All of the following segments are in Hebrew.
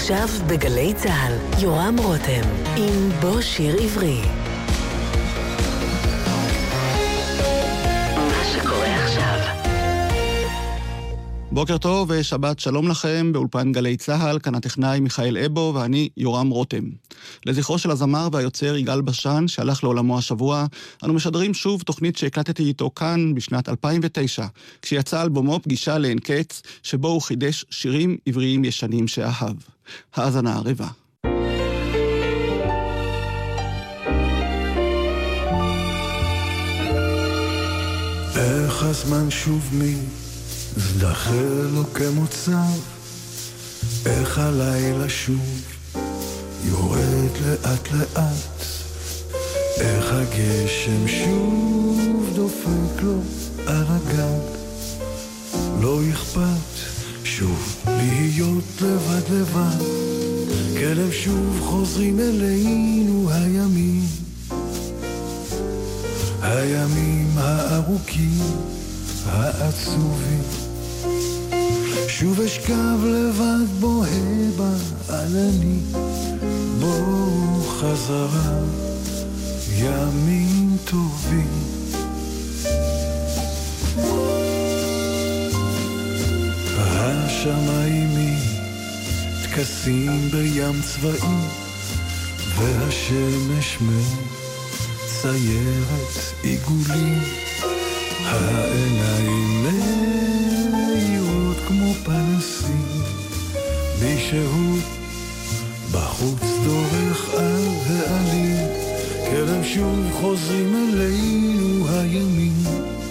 עכשיו בגלי צהל, יורם רותם, עם בו שיר עברי. מה שקורה עכשיו. בוקר טוב ושבת שלום לכם, באולפן גלי צהל, כאן הטכנאי מיכאל אבו ואני יורם רותם. לזכרו של הזמר והיוצר יגאל בשן, שהלך לעולמו השבוע, אנו משדרים שוב תוכנית שהקלטתי איתו כאן בשנת 2009, כשיצא אלבומו פגישה לאין קץ, שבו הוא חידש שירים עבריים ישנים שאהב. האזנה הרבה. איך הזמן שוב זדחר לו כמוצב, איך הלילה שוב יורד לאט לאט, איך הגשם שוב דופק לו על הגב. לא אכפת שוב להיות לבד לבד, כלם שוב חוזרים אלינו הימים, הימים הארוכים העצובים. שוב אשכב לבד בוהה בענני, בואו חזרה ימים טובים. השמיים מתכסים בים צבעים, והשמש מציירת עיגולים. העיניים מאירות כמו פנסים, מישהו בחוץ דורך על העלים, כלם שוב חוזרים אלינו הימים,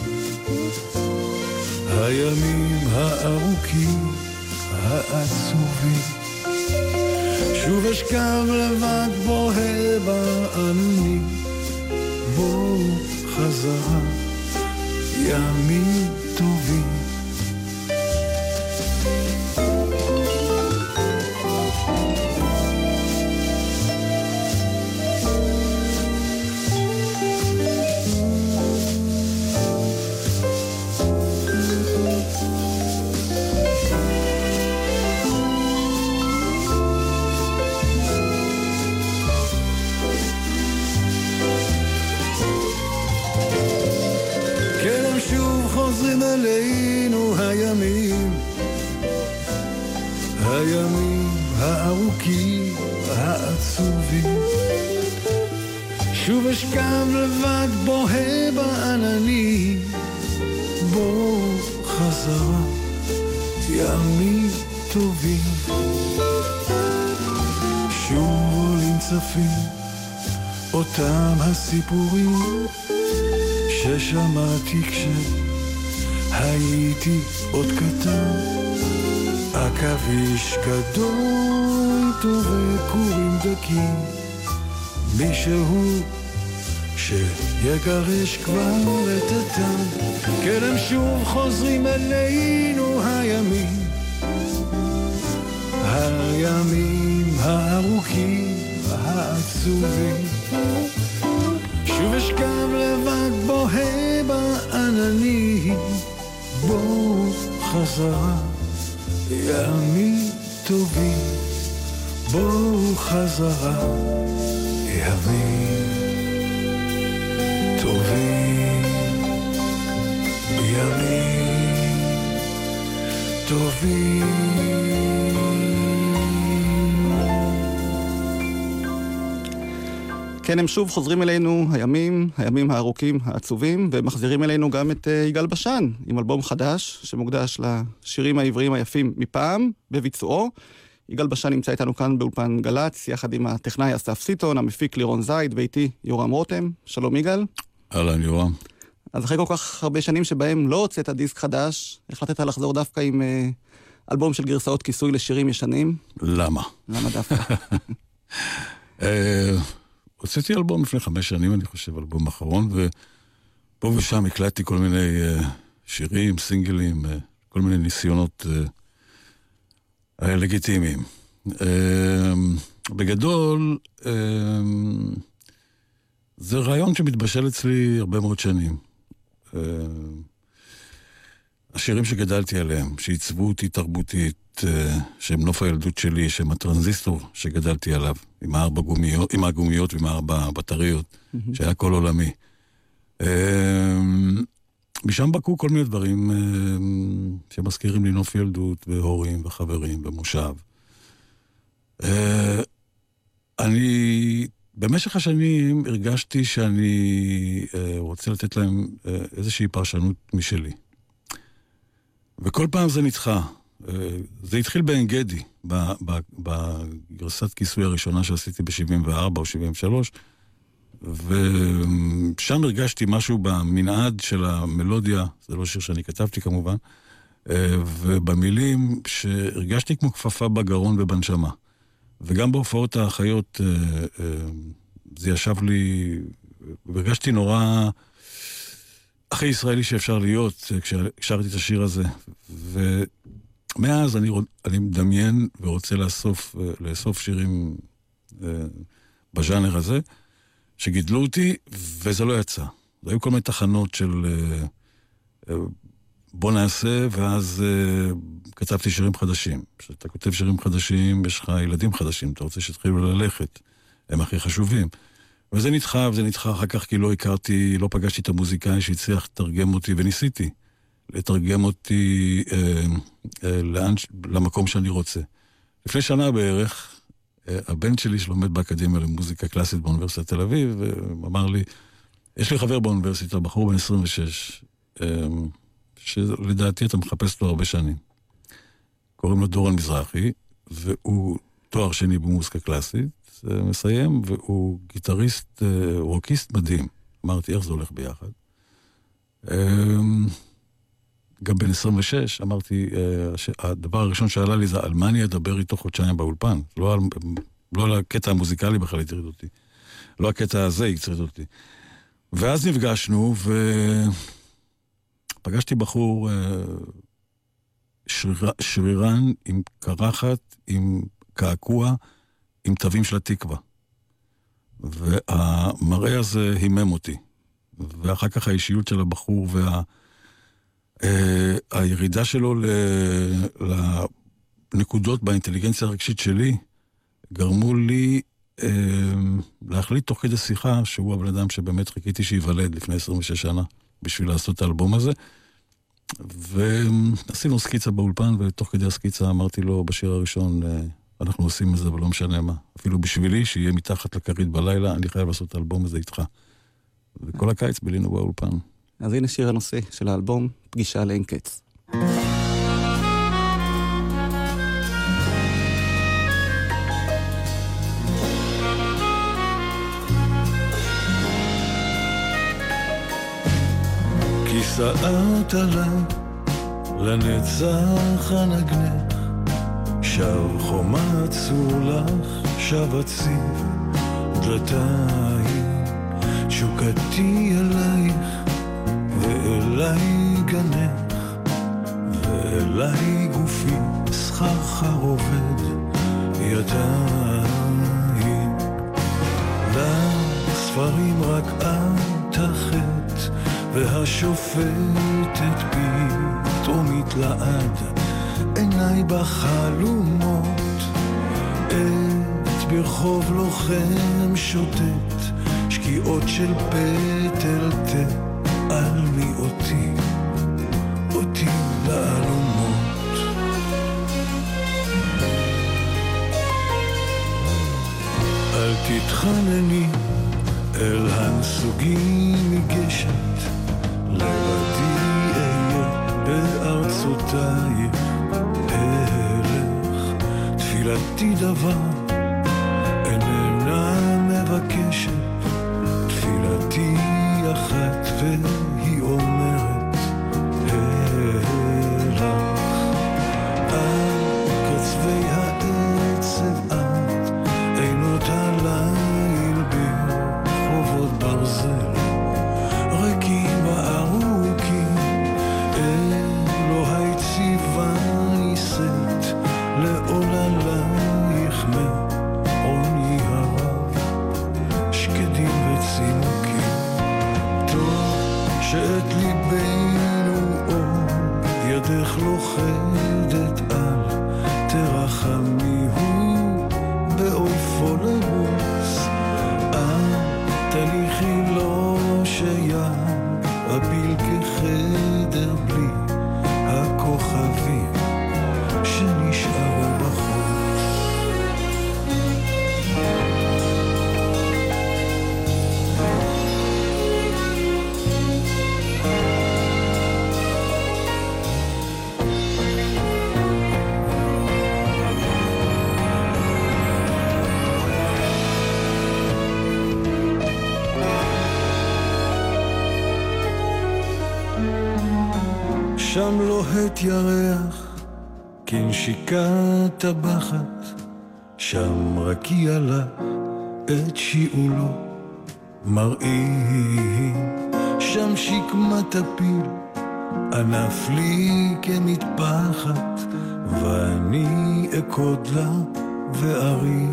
הימים הארוכים העצובים. שוב אשכב לבד בוהה בענני, בואו חזרה ימים טובים. אלינו הימים, הימים הארוכים העצובים. שוב אשכב לבד בוהה בענני, בואו חזרה ימים טובים. שוב עולים צפים אותם הסיפורים ששמעתי הייתי עוד קטן, עכביש גדול טוב וכורים דקים, מישהו שיגרש כבר את הטעם, כלם שוב חוזרים אלינו הימים, הימים הארוכים העצובים. שוב אשכב לבד בוהה בענני, בואו חזרה ימים טובים, בואו חזרה ימים טובים, ימים טובים. כן, הם שוב חוזרים אלינו הימים, הימים הארוכים העצובים, ומחזירים אלינו גם את יגאל בשן, עם אלבום חדש שמוקדש לשירים העבריים היפים מפעם, בביצועו. יגאל בשן נמצא איתנו כאן באולפן גלץ, יחד עם הטכנאי אסף סיטון, המפיק לירון זייד, ואיתי יורם רותם. שלום יגאל. אהלן יורם. אז אחרי כל כך הרבה שנים שבהם לא הוצאת דיסק חדש, החלטת לחזור דווקא עם אלבום של גרסאות כיסוי לשירים ישנים? למה? למה דווקא? הוצאתי אלבום לפני 5 שנים, אני חושב, אלבום אחרון, ופה ושם הקלטתי כל מיני שירים, סינגלים, כל מיני ניסיונות לגיטימיים. בגדול, זה רעיון שמתבשל אצלי הרבה מאוד שנים. השירים שגדלתי עליהם, שעיצבו אותי תרבותית, שהם נוף הילדות שלי, שהם הטרנזיסטור שגדלתי עליו, עם הגומיות ועם 4 בטריות, שהיה כל עולמי. משם בקו כל מיני דברים שמזכירים לי נוף ילדות, והורים וחברים ומושב. אני במשך השנים הרגשתי שאני רוצה לתת להם איזושהי פרשנות משלי. וכל פעם זה נדחה. זה התחיל בעין גדי, בגרסת כיסוי הראשונה שעשיתי ב-74 או 73, ושם הרגשתי משהו במנעד של המלודיה, זה לא שיר שאני כתבתי כמובן, ובמילים שהרגשתי כמו כפפה בגרון ובנשמה. וגם בהופעות האחיות זה ישב לי, והרגשתי נורא הכי ישראלי שאפשר להיות כששרתי את השיר הזה. ומאז אני מדמיין ורוצה לאסוף שירים בז'אנר הזה, שגידלו אותי, וזה לא יצא. זה היו כל מיני תחנות של בוא נעשה, ואז כתבתי שירים חדשים. כשאתה כותב שירים חדשים, יש לך ילדים חדשים, אתה רוצה שתתחילו ללכת, הם הכי חשובים. וזה נדחה, אחר כך כי לא פגשתי את המוזיקאי שהצליח לתרגם אותי, וניסיתי לתרגם אותי למקום שאני רוצה. לפני שנה בערך, הבן שלי שלומד באקדמיה למוזיקה קלאסית באוניברסיטת תל אביב, אמר לי, יש לי חבר באוניברסיטה, בחור בן 26, שלדעתי אתה מחפש לו הרבה שנים. קוראים לו דורון מזרחי, והוא תואר שני במוזיקה קלאסית, מסיים, והוא גיטריסט, רוקיסט מדהים. אמרתי, איך זה הולך ביחד? גם בן 26, אמרתי, הדבר הראשון שעלה לי זה, על מה אני אדבר איתו חודשיים באולפן? לא על הקטע המוזיקלי בכלל יטריד אותי. לא הקטע הזה יטריד אותי. ואז נפגשנו, פגשתי בחור שרירן עם קרחת, עם קעקוע, עם תווים של התקווה. והמראה הזה הימם אותי. ואחר כך האישיות של הבחור הירידה שלו לנקודות באינטליגנציה הרגשית שלי, גרמו לי להחליט תוך כדי שיחה שהוא הבן אדם שבאמת חיכיתי שיוולד לפני 26 שנה בשביל לעשות את האלבום הזה. ועשינו סקיצה באולפן, ותוך כדי הסקיצה אמרתי לו בשיר הראשון, אנחנו עושים את זה ולא משנה מה. אפילו בשבילי שיהיה מתחת לכרית בלילה, אני חייב לעשות את האלבום הזה איתך. וכל הקיץ בילינו באולפן. אז הנה שיר הנושא של האלבום, פגישה לאין קץ. כיסאות עליי לנצח הנגנך, שב חומה צור לך, שב הציב דלתיים, תשוקתי אלייך ואליי גנך, ואליי גופי סחרחר עובד ידיים. לספרים רק את החטא, והשופטת פתאומית לעד, עיניי בחלומות, את ברחוב לוחם שוטט, שקיעות של פטל תעלמי אותי לעלומות. אל תתחנני אל הנסוגים מגשת, לבדי אהיה בארצותיי אלך, תפילתי דבר איננה מבקשת, תפילתי אחת והיא אומרת אלך. על קצווי העצב את עינות הליל ברחובות ברזל ריקים וארוכים, אלוהי ציווה נישאת לעוללייך מעוני הרב, שקדים וצימוקים. טוב שם לוהט ירח כנשיקת טבחת, שם רקיע לה את שיעולו מראים, שם שקמת הפיל ענף לי כמטפחת, ואני אקוד לה וארי.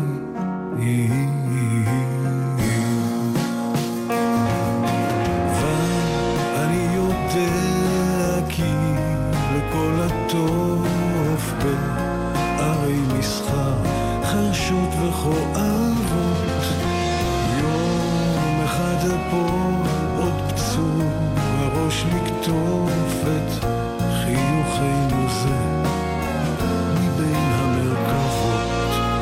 ואני יודע כי לכל הטוב בערי מסחר חרשות וכואבות, יום אחד אפול עוד פצור וראש לקטוף את חיוכנו זה מבין המרכבות.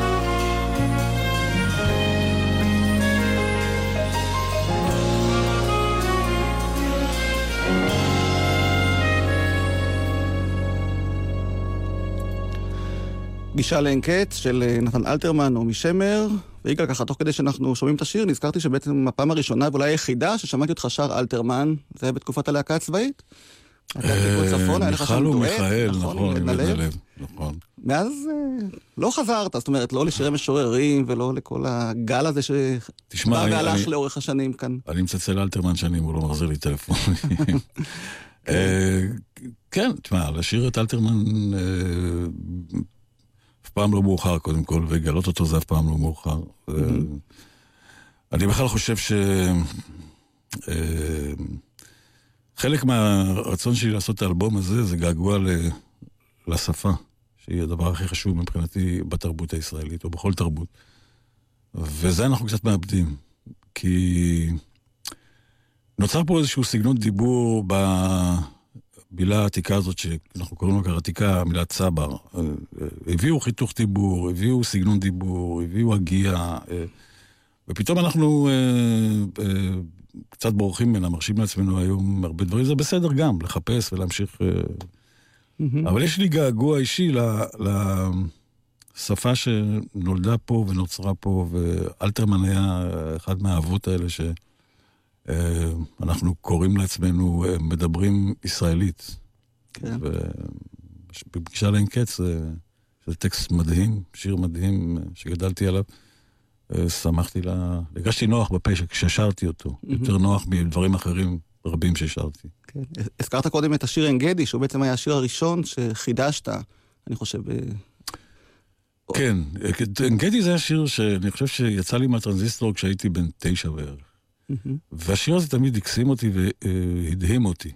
גישה לאין קץ של נתן אלתרמן או משמר, ויגאל, ככה תוך כדי שאנחנו שומעים את השיר, נזכרתי שבעצם הפעם הראשונה ואולי היחידה ששמעתי אותך שר אלתרמן, זה היה בתקופת הלהקה הצבאית? מיכל ומיכאל, נכון, עם לב, נכון. מאז לא חזרת, זאת אומרת, לא לשירי משוררים ולא לכל הגל הזה שבא והלך לאורך השנים כאן. אני מצלצל אלתרמן שנים, הוא לא מחזיר לי טלפון. כן, תשמע, לשיר את אלתרמן אף פעם לא מאוחר קודם כל, וגלות אותו זה אף פעם לא מאוחר. אני בכלל חושב חלק מהרצון שלי לעשות את האלבום הזה, זה געגוע לשפה, שהיא הדבר הכי חשוב מבחינתי בתרבות הישראלית, או בכל תרבות. וזה אנחנו קצת מאבדים, כי נוצר פה איזשהו סגנון דיבור במילה העתיקה הזאת, שאנחנו קוראים לו כעתיקה, מילת צבר. הביאו חיתוך דיבור, הביאו סגנון דיבור, הביאו הגיע, ופתאום אנחנו קצת בורחים ממנה, מרשים לעצמנו היום הרבה דברים, זה בסדר גם, לחפש ולהמשיך. אבל יש לי געגוע אישי לשפה שנולדה פה ונוצרה פה, ואלתרמן היה אחד מהאבות האלה שאנחנו קוראים לעצמנו, מדברים ישראלית. כן. ובפגישה לאין קץ, זה טקסט מדהים, שיר מדהים שגדלתי עליו. שמחתי הגשתי נוח בפה כששרתי אותו, יותר נוח מדברים אחרים רבים ששרתי. כן. הזכרת קודם את השיר עין גדי, שהוא בעצם היה השיר הראשון שחידשת, אני חושב. כן, עין גדי זה השיר שאני חושב שיצא לי מהטרנזיסטור כשהייתי בן 9 בערך. והשיר הזה תמיד הקסים אותי והדהים אותי.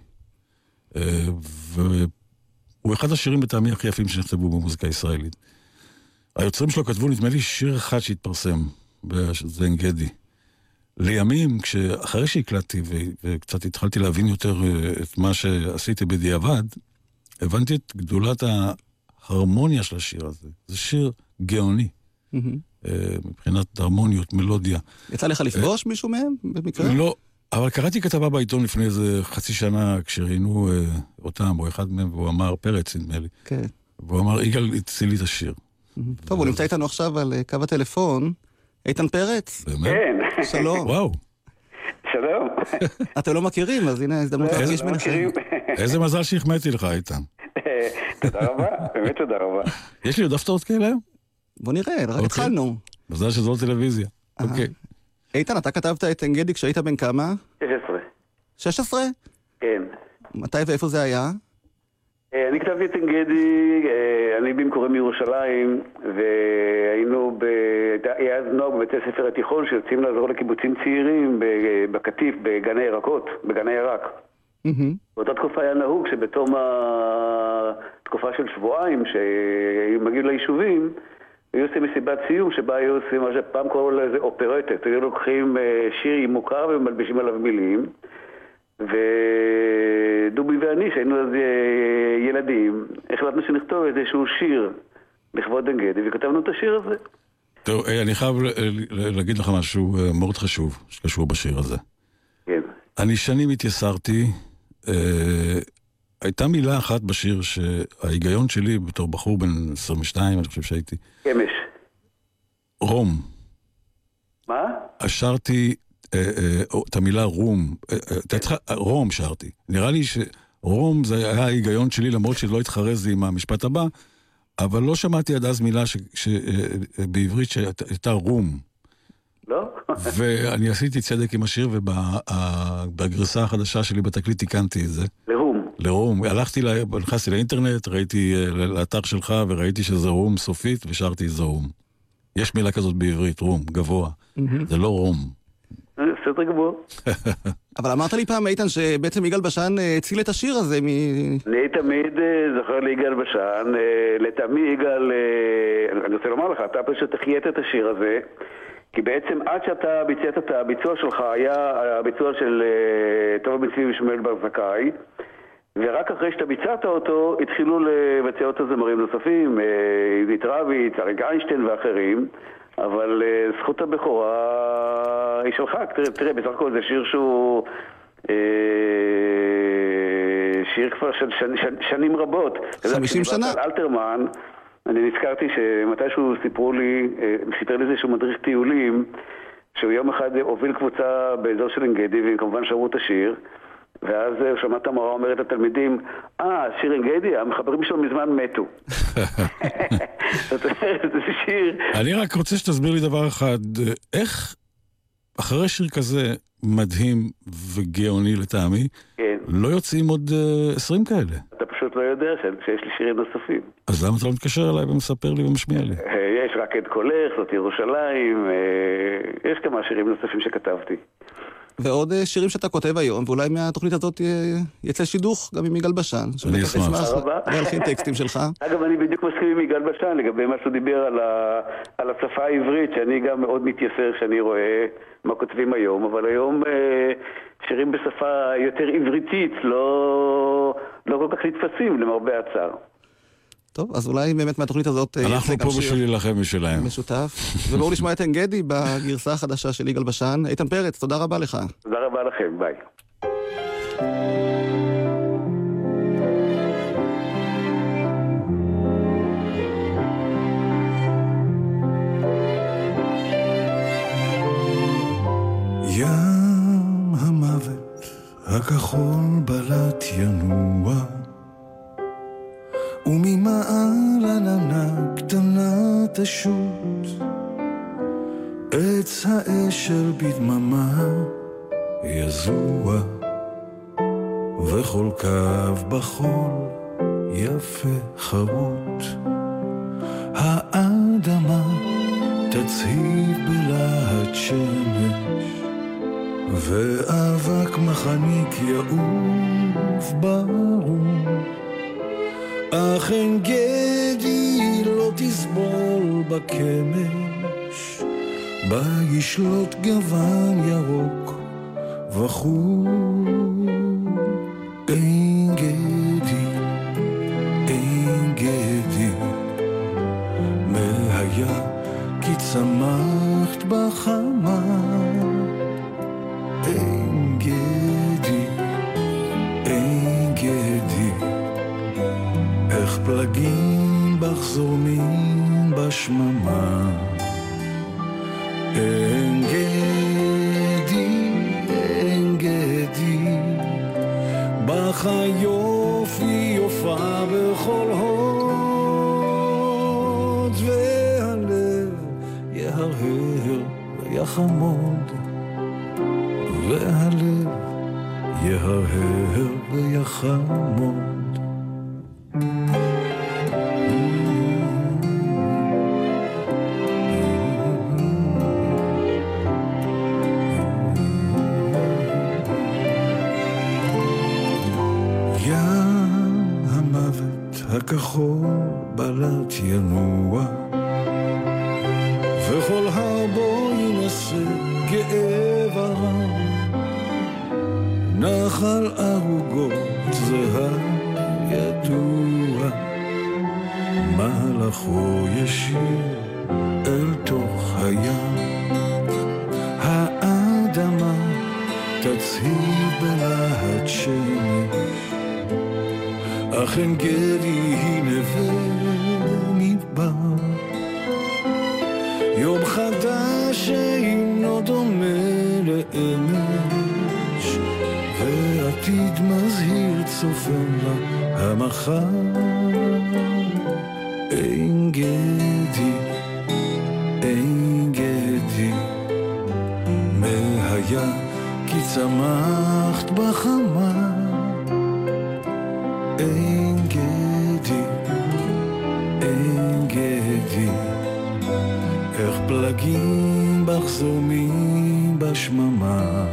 והוא אחד השירים בטעמי הכי יפים שנכתבו במוזיקה הישראלית. היוצרים שלו כתבו, נדמה לי, שיר אחד שהתפרסם, זה עין גדי. לימים, אחרי שהקלטתי וקצת התחלתי להבין יותר את מה שעשיתי בדיעבד, הבנתי את גדולת ההרמוניה של השיר הזה. זה שיר גאוני, מבחינת הרמוניות, מלודיה. יצא לך לפגוש מישהו מהם במקרה? לא, אבל קראתי כתבה בעיתון לפני איזה חצי שנה, כשראינו אותם, או אחד מהם, והוא אמר, פרץ, נדמה לי. כן. והוא אמר, יגאל הציל לי את השיר. טוב, הוא נמצא איתנו עכשיו על קו הטלפון. איתן פרץ? כן. שלום. וואו. שלום. אתם לא מכירים, אז הנה הזדמנות להרגיש ביניכם. איזה מזל שהחמאתי לך, איתן. תודה רבה, באמת תודה רבה. יש לי עוד הפתעות כאלה היום? בוא נראה, רק התחלנו. מזל שזו טלוויזיה. אוקיי. איתן, אתה כתבת את עין גדי כשהיית בן כמה? 16. 16? כן. מתי ואיפה זה היה? אני כתבתי את עין גדי, אני במקורי מירושלים, והיינו, היה אז נוהג בבית הספר התיכון שיוצאים לעזור לקיבוצים צעירים בקטיף, בגני ירקות, בגני ירק. באותה תקופה היה נהוג שבתום התקופה של שבועיים שמגיעים ליישובים, היו עושים מסיבת סיום שבה היו עושים מה שפעם קראו לזה אופרטת, היו לוקחים שיר מוכר ומלבישים עליו מילים, ודובי ואני שהיינו אז ילדים החלטנו שנכתוב איזשהו שיר לכבוד עין גדי וכתבנו את השיר הזה. טוב, אני חייב להגיד לך משהו מאוד חשוב שקשור בשיר הזה. כן. אני שנים התייסרתי, הייתה מילה אחת בשיר שההיגיון שלי בתור בחור בן 22, אני חושב שהייתי. אמש. רום. מה? שרתי את המילה רום, רום שרתי. נראה לי רום זה היה ההיגיון שלי, למרות שלא התחרז לי עם המשפט הבא, אבל לא שמעתי עד אז מילה בעברית שהייתה רום. לא? ואני עשיתי צדק עם השיר, ובגרסה החדשה שלי בתקליט תיקנתי את זה. לרום. נכנסתי לאינטרנט, ראיתי לאתר שלך, וראיתי שזה רום סופית, ושרתי זה רום. יש מילה כזאת בעברית, רום, גבוה. זה לא רום. סדר גבוה. אבל אמרת לי פעם, איתן, שבעצם יגאל בשן הציל את השיר הזה אני תמיד זוכר ליגאל בשן, לטעמי יגאל, אני רוצה לומר לך, אתה פשוט תחיית את השיר הזה, כי בעצם עד שאתה ביצעת את הביצוע שלך, היה הביצוע של טוב בן-צבי ושמואל בר זכאי, ורק אחרי שאתה ביצעת אותו, התחילו לבצע אותו זמרים נוספים, עידית רביץ, אריק איינשטיין ואחרים, אבל זכות הבכורה היא שלך. תראה, בסך הכל זה שיר שהוא שיר כבר של שנים רבות. 50 שנה. אלתרמן, אני נזכרתי שמתישהו סיפר לי איזשהו מדריך טיולים, שהוא יום אחד הוביל קבוצה באזור של אנגדי, והם כמובן שרו את השיר, ואז שמעת המורה אומרת לתלמידים, שיר אנגדי, המחברים שלו מזמן מתו. זאת אומרת, זה שיר... אני רק רוצה שתסביר לי דבר אחד, איך אחרי שיר כזה מדהים וגאוני לטעמי, לא יוצאים עוד 20 כאלה? אתה פשוט לא יודע שיש לי שירים נוספים. אז למה אתה לא מתקשר אליי ומספר לי ומשמיע לי? יש רק את קולך, זאת ירושלים, יש כמה שירים נוספים שכתבתי. ועוד שירים שאתה כותב היום, ואולי מהתוכנית הזאת יצא שידוך גם עם יגאל בשן. אני אשמח. להלחין טקסטים שלך. אגב, אני בדיוק מסכים עם יגאל בשן לגבי מה שהוא דיבר על השפה העברית, שאני גם מאוד מתייסר שאני רואה מה כותבים היום, אבל היום שירים בשפה יותר עבריתית לא כל כך נתפסים למרבה הצער. טוב, אז אולי באמת מהתוכנית הזאת אנחנו פה בשביל להילחם בשבילהם. משותף. ובואו נשמע את אנגדי בגרסה החדשה של יגאל בשן. איתן פרץ, תודה רבה לך. תודה רבה לכם, ביי. ים המוות הכחול בלט ינוע, וממעל עננה קטנה תשוט, עץ האשל בדממה יזוע, וכל קו בחול יפה חרוט. האדמה תצהיב בלהט שמש, ואבק מחניק יעוף ברום, אך אנגדי לא תסבול בקמש, בה ישלוט גוון ירוק וחור. אנגדי, אנגדי, מהיה כי צמחת בחמה. אנגדי, אנגדי, איך פלגים בך זורמים בשממה. אנגדי, אנגדי, בך היופי יופה בכל הוד, והלב יהרהר ויחמוד, והלב יהרהר ויחמוד. הכחול בלט ינוע, וכל הבו ינסה גאה ורם, נחל ערוגות זה הידוע, מהלכו ישיר אל תוך הים. האדמה תצהיב בלהט שמש, אך אנגדי היא נווה מדבר, יום חדש שאינו דומה לאמש, ואת עתיד מזהיר צופן לה המחר. אין גדי, אין גדי, מההיה כי צמחת בחמה. אין גדי, אין גדי, איך פלגים בך זורמים בשממה.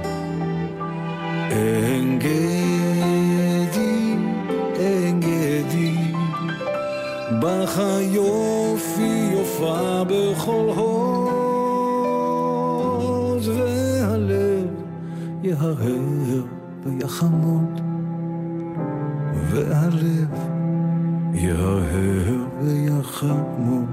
אין גדי, אין גדי, בך היופי יופה בכל הוד, והלב יהרהר ויחמוד, והלב יהרהר ויחמוד.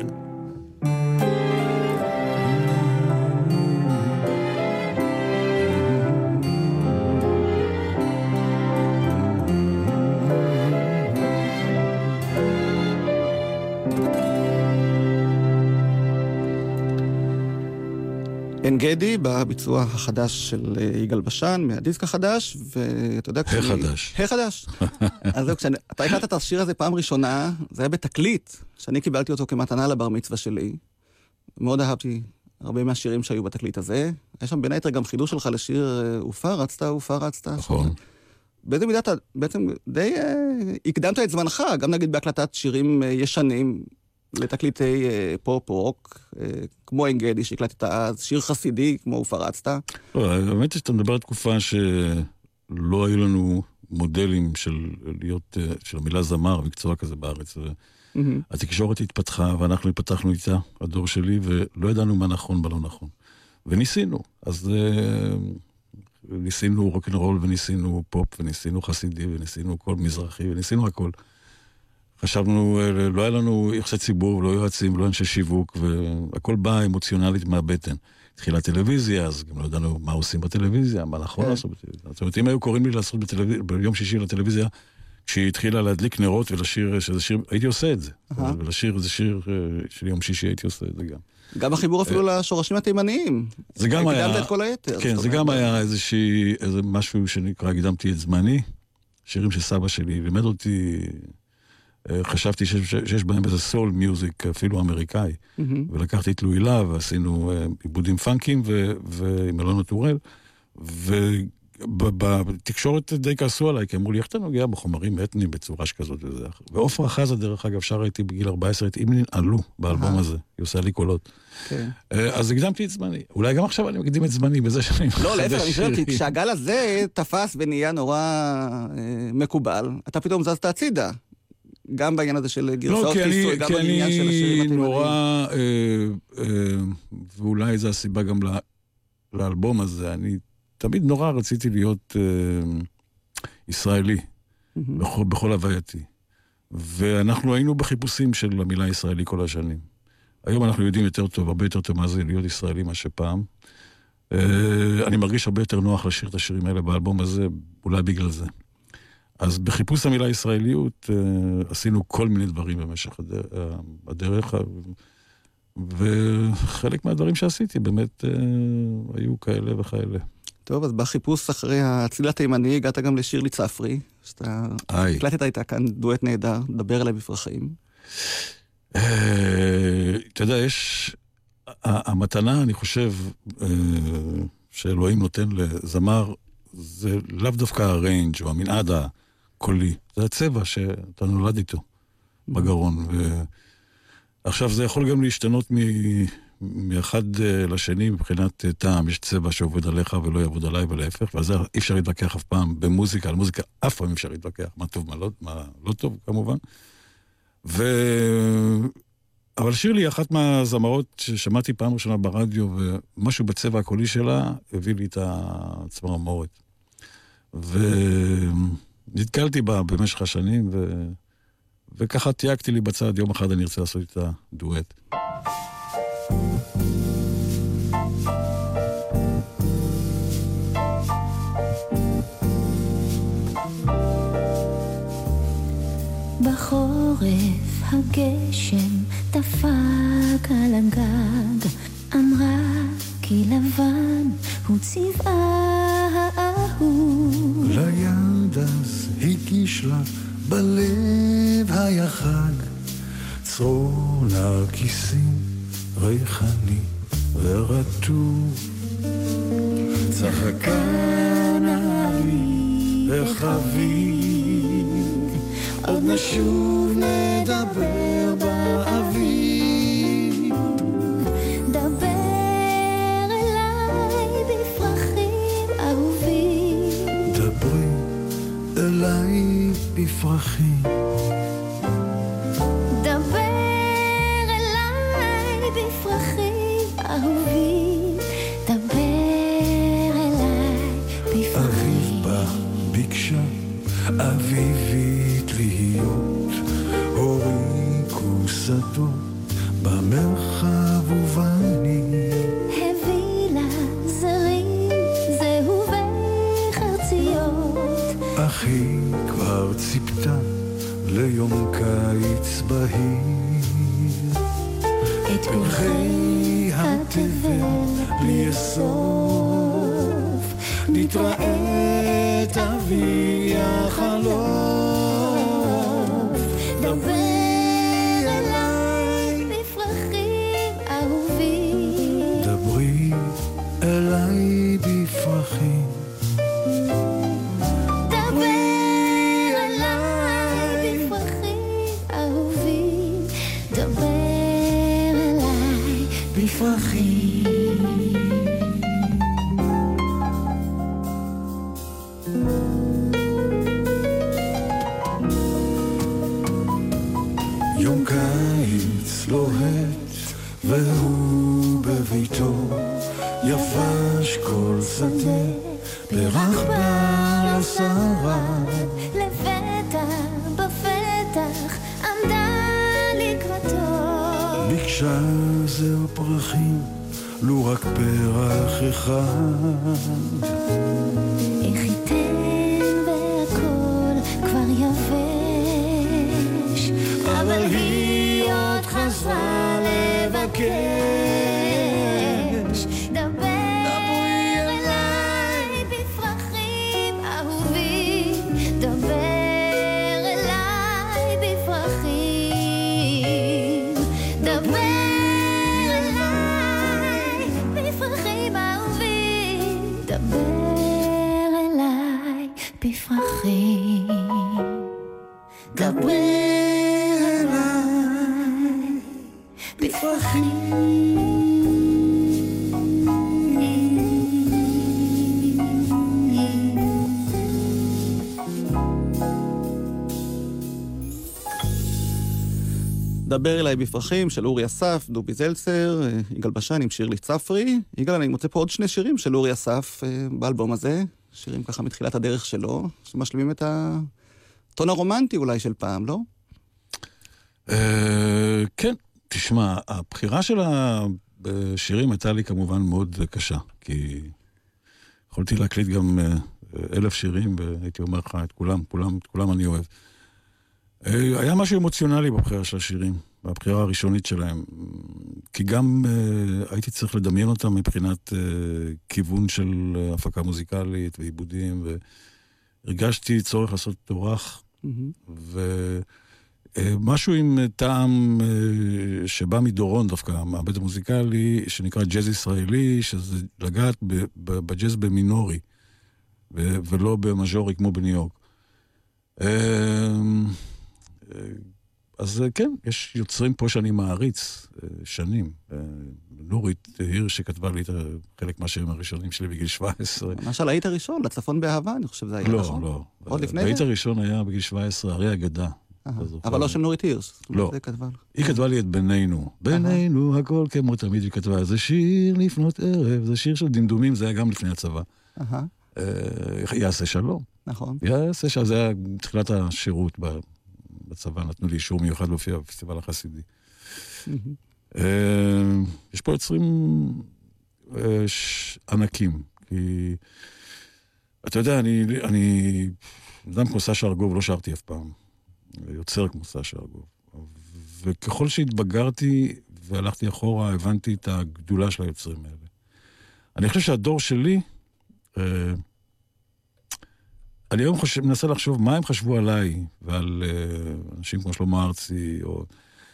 אין גדי בביצוע החדש של יגאל בשן מהדיסק החדש, ואתה יודע... החדש. החדש. אז זהו, כשאתה הקלטת את השיר הזה פעם ראשונה, זה היה בתקליט, שאני קיבלתי אותו כמתנה לבר מצווה שלי. מאוד אהבתי הרבה מהשירים שהיו בתקליט הזה. היה שם בין היתר גם חידוש שלך לשיר "ופה רצת". נכון. באיזה מידה אתה בעצם די הקדמת את זמנך, גם נגיד בהקלטת שירים ישנים, לתקליטי פופ רוק, כמו אין גדי שהקלטת אז, שיר חסידי כמו ופרצת. האמת היא שאתה מדבר על תקופה שלא היו לנו מודלים של המילה זמר, מקצוע כזה בארץ. התקשורת התפתחה ואנחנו התפתחנו איתה, הדור שלי, ולא ידענו מה נכון מה לא נכון. וניסינו. אז ניסינו רוק'נ'רול וניסינו פופ וניסינו חסידי וניסינו כל מזרחי וניסינו הכל. חשבנו, לא היה לנו יחסי ציבור, לא יועצים, לא אנשי שיווק, והכל בא אמוציונלית מהבטן. התחילה טלוויזיה, אז גם לא ידענו מה עושים בטלוויזיה, מה נכון לעשות בטלוויזיה. זאת אומרת, אם היו קוראים לי לעשות ביום שישי לטלוויזיה, כשהיא התחילה להדליק נרות ולשיר, שזה שיר, הייתי עושה את זה. ולשיר איזה שיר של יום שישי, הייתי עושה את זה גם. גם החיבור אפילו לשורשים התימניים. זה גם היה... הקדמת את כל היתר. כן, זה גם היה איזה משהו שנקרא, הקדמתי את זמני, שירים של סבא שלי, לימד אותי... חשבתי שיש בהם איזה סול מיוזיק, אפילו אמריקאי. ולקחתי את לואילה, ועשינו עיבודים פאנקים, ועם אלון נטורל, ובתקשורת די כעסו עליי, כי אמרו לי, איך אתה נוגע בחומרים אתניים בצורה שכזאת וזה. ועופרה חזה, דרך אגב, שר הייתי בגיל 14, את אימלין עלו באלבום הזה, היא עושה לי קולות. אז הקדמתי את זמני. אולי גם עכשיו אני מקדים את זמני בזה שאני... לא, להפך, אני חושב, כי כשהגל הזה תפס ונהיה נורא מקובל, אתה פתאום זזת הצידה. גם בעניין הזה של גרסאות כיסוי, גם בעניין של השירים התימניים. נורא, ואולי זו הסיבה גם לאלבום הזה, אני תמיד נורא רציתי להיות ישראלי, בכל הווייתי. ואנחנו היינו בחיפושים של המילה ישראלי כל השנים. היום אנחנו יודעים יותר טוב, הרבה יותר טוב מה זה להיות ישראלי מה שפעם. אני מרגיש הרבה יותר נוח לשיר את השירים האלה באלבום הזה, אולי בגלל זה. אז בחיפוש המילה ישראליות עשינו כל מיני דברים במשך הדרך, וחלק מהדברים שעשיתי באמת היו כאלה וכאלה. טוב, אז בחיפוש אחרי הצליל התימני הגעת גם לשירלי צפרי, שאתה הקלטת איתה כאן דואט נהדר, דבר אליי בפרחים. אתה יודע, המתנה, אני חושב, שאלוהים נותן לזמר, זה לאו דווקא הריינג' או המנעד הקולי, זה הצבע שאתה נולד איתו בגרון. עכשיו זה יכול גם להשתנות מאחד לשני מבחינת טעם, יש צבע שעובד עליך ולא יעבוד עליי ולהפך, ועל זה אי אפשר להתווכח אף פעם במוזיקה, על מוזיקה אף פעם אי אפשר להתווכח, מה טוב, מה לא טוב כמובן. אבל שירלי, אחת מהזמרות ששמעתי פעם ראשונה ברדיו, ומשהו בצבע הקולי שלה הביא לי את הצמרמורת. ונתקלתי בה במשך השנים, וככה תייגתי לי בצד, יום אחד אני ארצה לעשות את הדואט. בחורף הגשם דפק על הגג, אמרה כי לבן הוא צבעה אהוב. ליד אז הגיש לה בלב היה חג, צרור נרקיסים ריחני ורטוב. צחקה נערי וחביב, עוד נשוב נדבר באביב. דבר אליי בפרחים אהובים, דברי אליי בפרחים, דבר אליי בפרחים אהובים, דבר אליי אביב בפרחים. בא ביקשה אביבית להיות, הוריקו שדות במרחב ובני, הביא לה זרים זהובי חרציות, אחי כבר ציפתה ליום קיץ בהיר, את פרחי התבל בלי סוף, נתראה תביא החלוף. דבר אליי בפרחים אהובים, דברי אליי בפרחים, דבר אליי בפרחים אהובים, דבר אליי בפרחים. יום קיץ לוהט והוא בביתו, יבש כל שדה פרח בר לשרה, לפתע בפתח עמדה לקראתו, ביקשה זר פרחים לו רק פרח אחד, איך ייתן והכל כבר יבש, אבל היא עוד חזרה לבקש. דבר אליי בפרחים אהובים, דבר אליי בפרחים, דבר אליי בפרחים אהובים, דבר אליי בפרחים, דבר אליי בפרחים. דבר אליי בפרחים של אורי אסף, דובי זלצר, יגאל בשן עם שירלי צפרי. יגאל, אני מוצא פה עוד שני שירים של אורי אסף באלבום הזה, שירים ככה מתחילת הדרך שלו, שמשלימים את הטון הרומנטי אולי של פעם, לא? כן, תשמע, הבחירה של השירים הייתה לי כמובן מאוד קשה, כי יכולתי להקליט גם 1,000 שירים, והייתי אומר לך את כולם אני אוהב. היה משהו אמוציונלי בבחירה של השירים, בבחירה הראשונית שלהם, כי גם הייתי צריך לדמיין אותם מבחינת כיוון של הפקה מוזיקלית ועיבודים, והרגשתי צורך לעשות תורך, ומשהו עם טעם שבא מדורון דווקא, מהבית המוזיקלי, שנקרא ג'אז ישראלי, שזה לגעת בג'אז במינורי, ולא במז'ורי כמו בניו יורק. אז כן, יש יוצרים פה שאני מעריץ שנים. נורית הירש שכתבה לי את חלק מהשירים הראשונים שלי בגיל 17. למשל, היית הראשון, לצפון באהבה, אני חושב שזה היה נכון. לא. עוד לפני זה? היית הראשון היה בגיל 17, הרי אגדה. אבל לא של נורית הירש. לא. היא כתבה לי את בינינו. בינינו הכל כמו תמיד היא כתבה. זה שיר לפנות ערב, זה שיר של דמדומים, זה היה גם לפני הצבא. יעשה שלום. נכון. יעשה שלום, זה היה תחילת השירות בצבא, נתנו לי אישור מיוחד להופיע בפסטיבל החסידי. יש פה יוצרים ענקים, כי אתה יודע, אני אדם כמו סשה ארגוב לא שרתי אף פעם, יוצר כמו סשה ארגוב, וככל שהתבגרתי והלכתי אחורה, הבנתי את הגדולה של היוצרים האלה. אני חושב שהדור שלי אני היום מנסה לחשוב מה הם חשבו עליי, ועל אנשים כמו שלמה ארצי, או...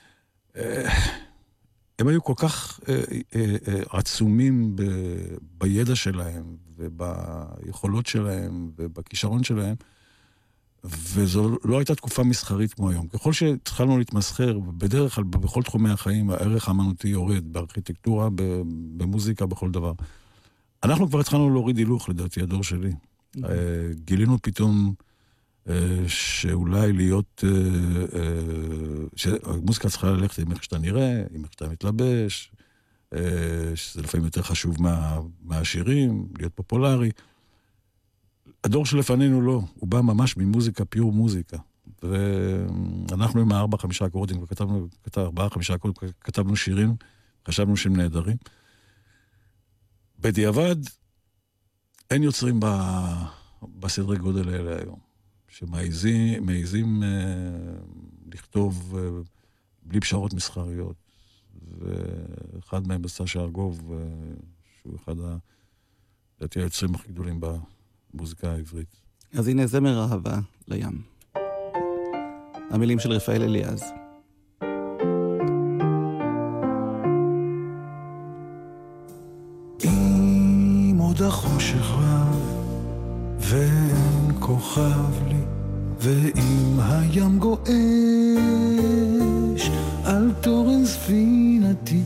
הם היו כל כך עצומים בידע שלהם, וביכולות שלהם, ובכישרון שלהם, וזו לא הייתה תקופה מסחרית כמו היום. ככל שהתחלנו להתמסחר, בדרך כלל, בכל תחומי החיים, הערך האמנותי יורד, בארכיטקטורה, במוזיקה, בכל דבר. אנחנו כבר התחלנו להוריד הילוך, לדעתי, הדור שלי. גילינו פתאום שאולי להיות, שהמוזיקה צריכה ללכת עם איך שאתה נראה, עם איך שאתה מתלבש, שזה לפעמים יותר חשוב מהשירים, להיות פופולרי. הדור שלפנינו לא, הוא בא ממש ממוזיקה, פיור מוזיקה. ואנחנו עם 4-5 אקורדים, וכתבנו 4-5 אקורדים, כתבנו שירים, חשבנו שהם נהדרים. בדיעבד, אין יוצרים בסדרי גודל האלה היום, שמעיזים לכתוב בלי פשרות מסחריות. ואחד מהם בסשה ארגוב, שהוא אחד היוצרים הכי גדולים במוזיקה העברית. אז הנה זמר אהבה לים. המילים של רפאל אליעז. אם עוד החושך רב ואין כוכב לי, ואם הים גועש על תורן ספינתי,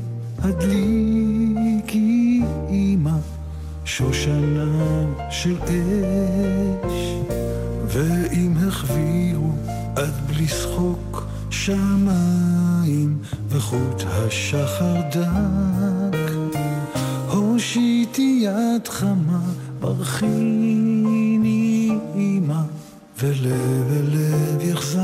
הדליקי אמא שושנה של אש, ואם החבירו עד בלי שחוק שמיים וחוט השחר דק, הושיטי יד חמה ברכיני אמא, ולב אל לב יחזק.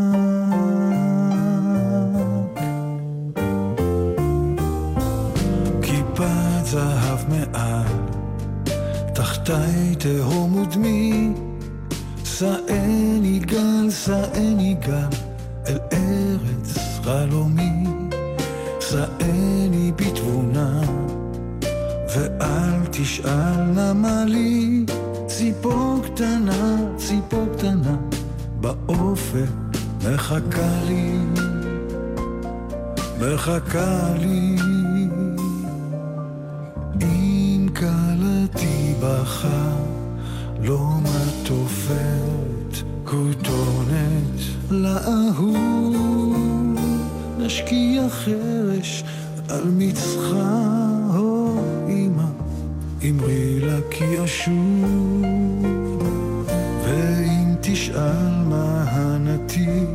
כיפת זהב מעל, תחתי תהום ודמי, שאני גל, שאני גל, אל ארץ חלומי, שאני בתבונה, ואל תשאל למה לי, ציפור קטנה, ציפור קטנה, באופק מחכה לי, מחכה לי. אם קלתי בך לא מטופת כותונת לאהוב, נשקיע חרש על מצחה, הו אמא אמרי לה כי אשוב, ואם תשאל מה הנתיב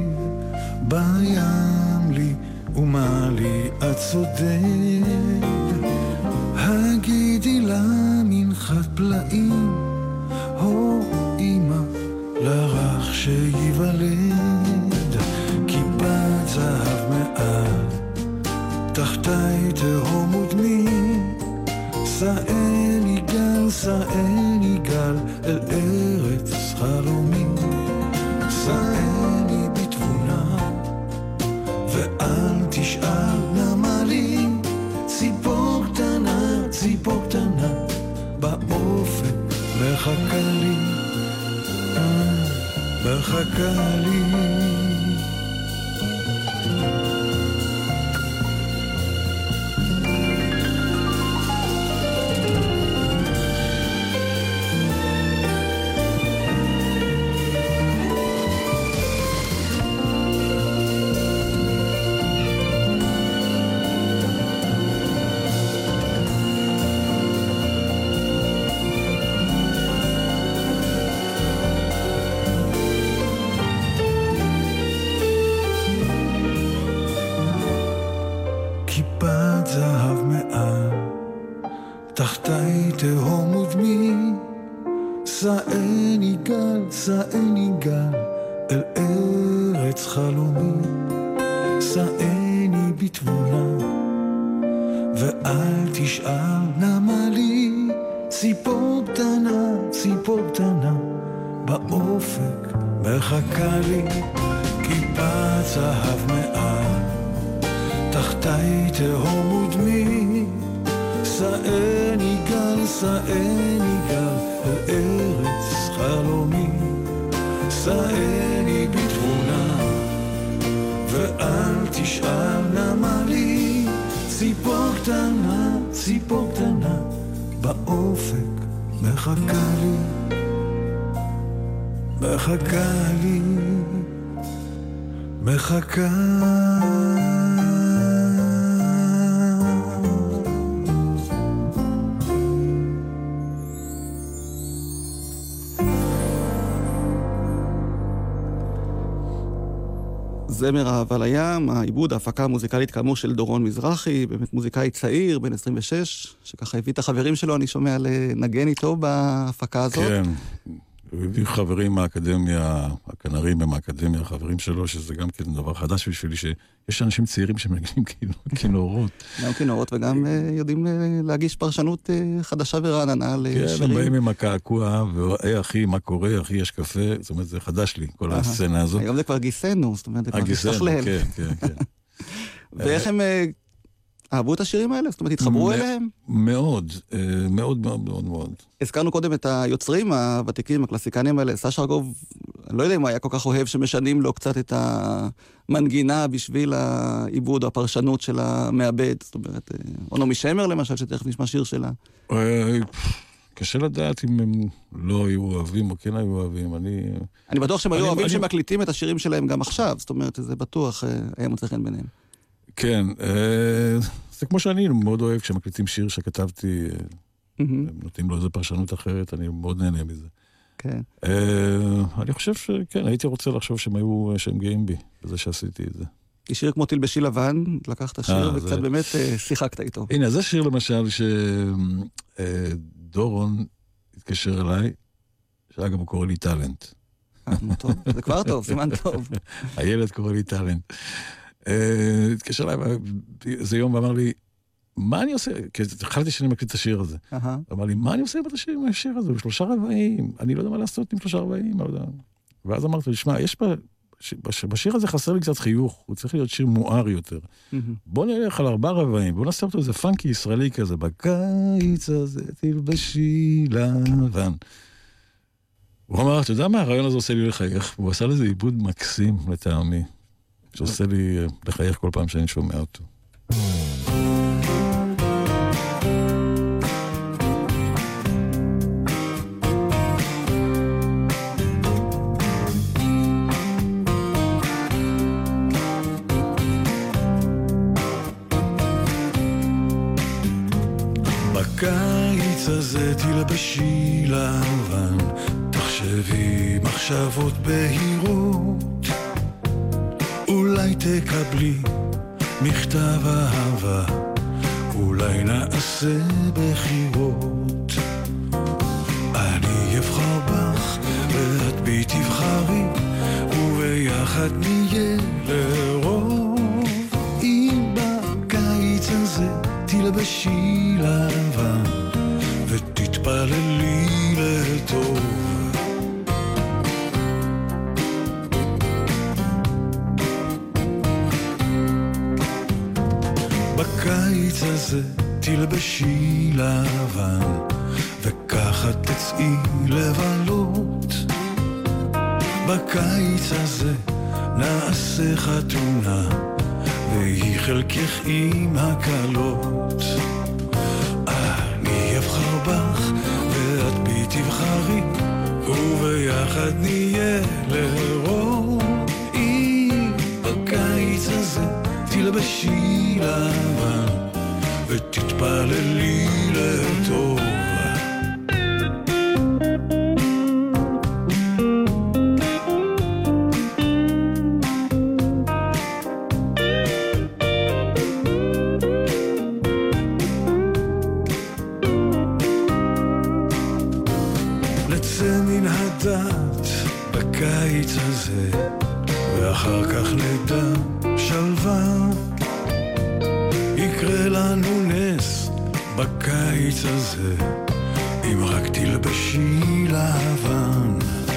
בים לי ומה לי את צודק, הגידי לה מנחת פלאים, הו אמא לרך שיוולד. כיפת זהב מעל, תחתי תהום ודמי, שאני גל, שאני גל, אל ארץ חלומי, שאני בתבונה, ואל תשאל למה לי, ציפור קטנה, ציפור קטנה, באופק מחכה לי, מחכה לי. תחתי תהום ודמי, שאני גל, שאני גל, אל ארץ חלומי, שאני בתבונה, ואל תשאל למה לי, ציפור קטנה, ציפור קטנה, באופק מחכה לי. כיפת זהב מעל, תחתי תהום ודמי, שאני גל, שאני גל, אל ארץ חלומי, תשאני בתבונה, ואל תשאל למה לי. ציפור קטנה באופק מחכה לי, מחכה לי, מחכה. זמר אהבה לים, העיבוד, ההפקה המוזיקלית כאמור של דורון מזרחי, באמת מוזיקאי צעיר, בן 26, שככה הביא את החברים שלו, אני שומע לנגן איתו בהפקה הזאת. כן, הוא הביא חברים מהאקדמיה, הכנרים הם האקדמיה, החברים שלו, שזה גם כן דבר חדש בשבילי, שיש אנשים צעירים שמנגנים כינורות. גם כינורות וגם יודעים להגיש פרשנות חדשה ורעננה לשירים. כן, הם באים עם הקעקוע, אחי, מה קורה, אחי, יש קפה, זאת אומרת, זה חדש לי, כל הסצנה הזאת. היום זה כבר גיסנו, זאת אומרת, זה כבר משתכלל. כן, כן, כן. ואיך הם אהבו את השירים האלה? זאת אומרת, התחברו אליהם? מאוד, מאוד, מאוד, מאוד, מאוד. הזכרנו קודם את היוצרים הוותיקים, הקלסיקנים האלה. סשה ארגוב, אני לא יודע אם הוא היה כל כך אוהב שמשנים לו קצת את המנגינה בשביל העיבוד או הפרשנות של המעבד. זאת אומרת, או נעמי שמר למשל, שתכף נשמע שיר שלה. קשה לדעת אם הם לא היו אוהבים או כן היו אוהבים. אני בטוח שהם היו אוהבים שמקליטים את השירים שלהם גם עכשיו. זאת אומרת, זה בטוח היה מוצא חן ביניהם. כן, זה כמו שאני מאוד אוהב כשמקליטים שיר שכתבתי, נותנים לו איזו פרשנות אחרת, אני מאוד נהנה מזה. כן. אני חושב שכן, הייתי רוצה לחשוב שהם גאים בי, בזה שעשיתי את זה. כי שיר כמו תלבשי לבן, לקחת השיר וקצת באמת שיחקת איתו. הנה, זה שיר למשל שדורון התקשר אליי, שאגב הוא קורא לי טלנט. טוב, זה כבר טוב, סימן טוב. הילד קורא לי טלנט. התקשר אליי איזה יום ואמר לי, מה אני עושה? כי התחלתי שאני מקליט את השיר הזה. אמר לי, מה אני עושה עם השיר הזה? 3 רבעים, אני לא יודע מה לעשות עם 3 רבעים, לא יודע. ואז אמרתי, שמע, יש בשיר הזה חסר לי קצת חיוך, הוא צריך להיות שיר מואר יותר. בוא נלך על 4 רבעים, בוא נעשה אותו איזה פאנקי ישראלי כזה, בקיץ הזה תלבשי לבן. הוא אמר, אתה יודע מה, הרעיון הזה עושה לי לחייך, הוא עשה לזה עיבוד מקסים לטעמי. שעושה לי לחייך כל פעם שאני שומע אותו. בקיץ הזה תלבשי לבן, תחשבי מחשבות בהירות, אולי תקבלי מכתב אהבה, אולי נעשה בחירות. אני אבחר בך ואת בי תבחרי, וביחד נהיה לרוב. אם בקיץ הזה תלבשי לבן ותתפללי לטוב. בקיץ הזה תלבשי לבן וככה תצאי לבלות. בקיץ הזה נעשה חתונה והיא חלקך עם הקלות. אני אבחר בך ואת בי תבחרי, וביחד נהיה לרוב. אם בקיץ הזה תלבשי לבן ותתפללי לטוב. נצא מן הדת בקיץ הזה ואחר כך נדע שלווה. יקרה לנו נס בקיץ הזה אם רק תלבשי לבן.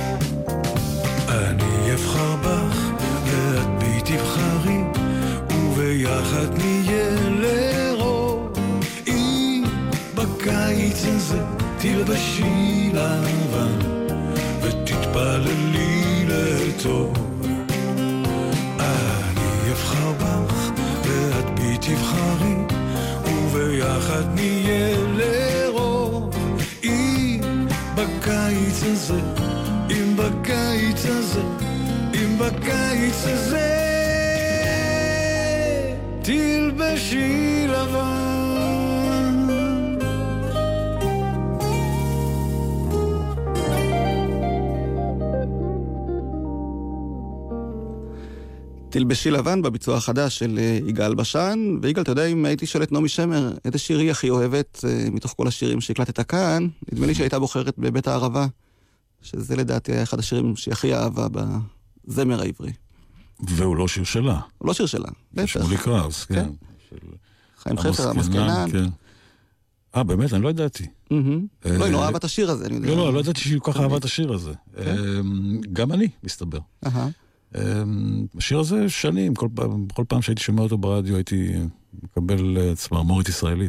אני אבחר בך ואת בי תבחרי, וביחד נהיה לרוב. אם בקיץ הזה תלבשי לבן ותתפללי לטוב. טוב. אני אבחר בך ואת בי תבחרי, וביחד נהיה לרוב. אם בקיץ הזה, אם בקיץ הזה, אם בקיץ הזה תלבשי לבן. תלבשי לבן בביצוע החדש של יגאל בשן. ויגאל, אתה יודע, אם הייתי שואל את נעמי שמר איזה שיר היא הכי אוהבת מתוך כל השירים שהקלטת כאן, נדמה לי שהייתה בוחרת בבית הערבה, שזה לדעתי היה אחד השירים שהיא הכי אהבה בזמר העברי. והוא לא שיר שלה. הוא לא שיר שלה, בטח. שמולי קראוס, כן. חיים חפר, המסקנן. באמת, אני לא ידעתי. לא, היא לא אהבה את השיר הזה, אני יודע. לא ידעתי שהיא כל כך אהבה את השיר הזה. גם אני, מסתבר. השיר הזה שנים, כל פעם שהייתי שומע אותו ברדיו, הייתי מקבל צמרמורת ישראלית.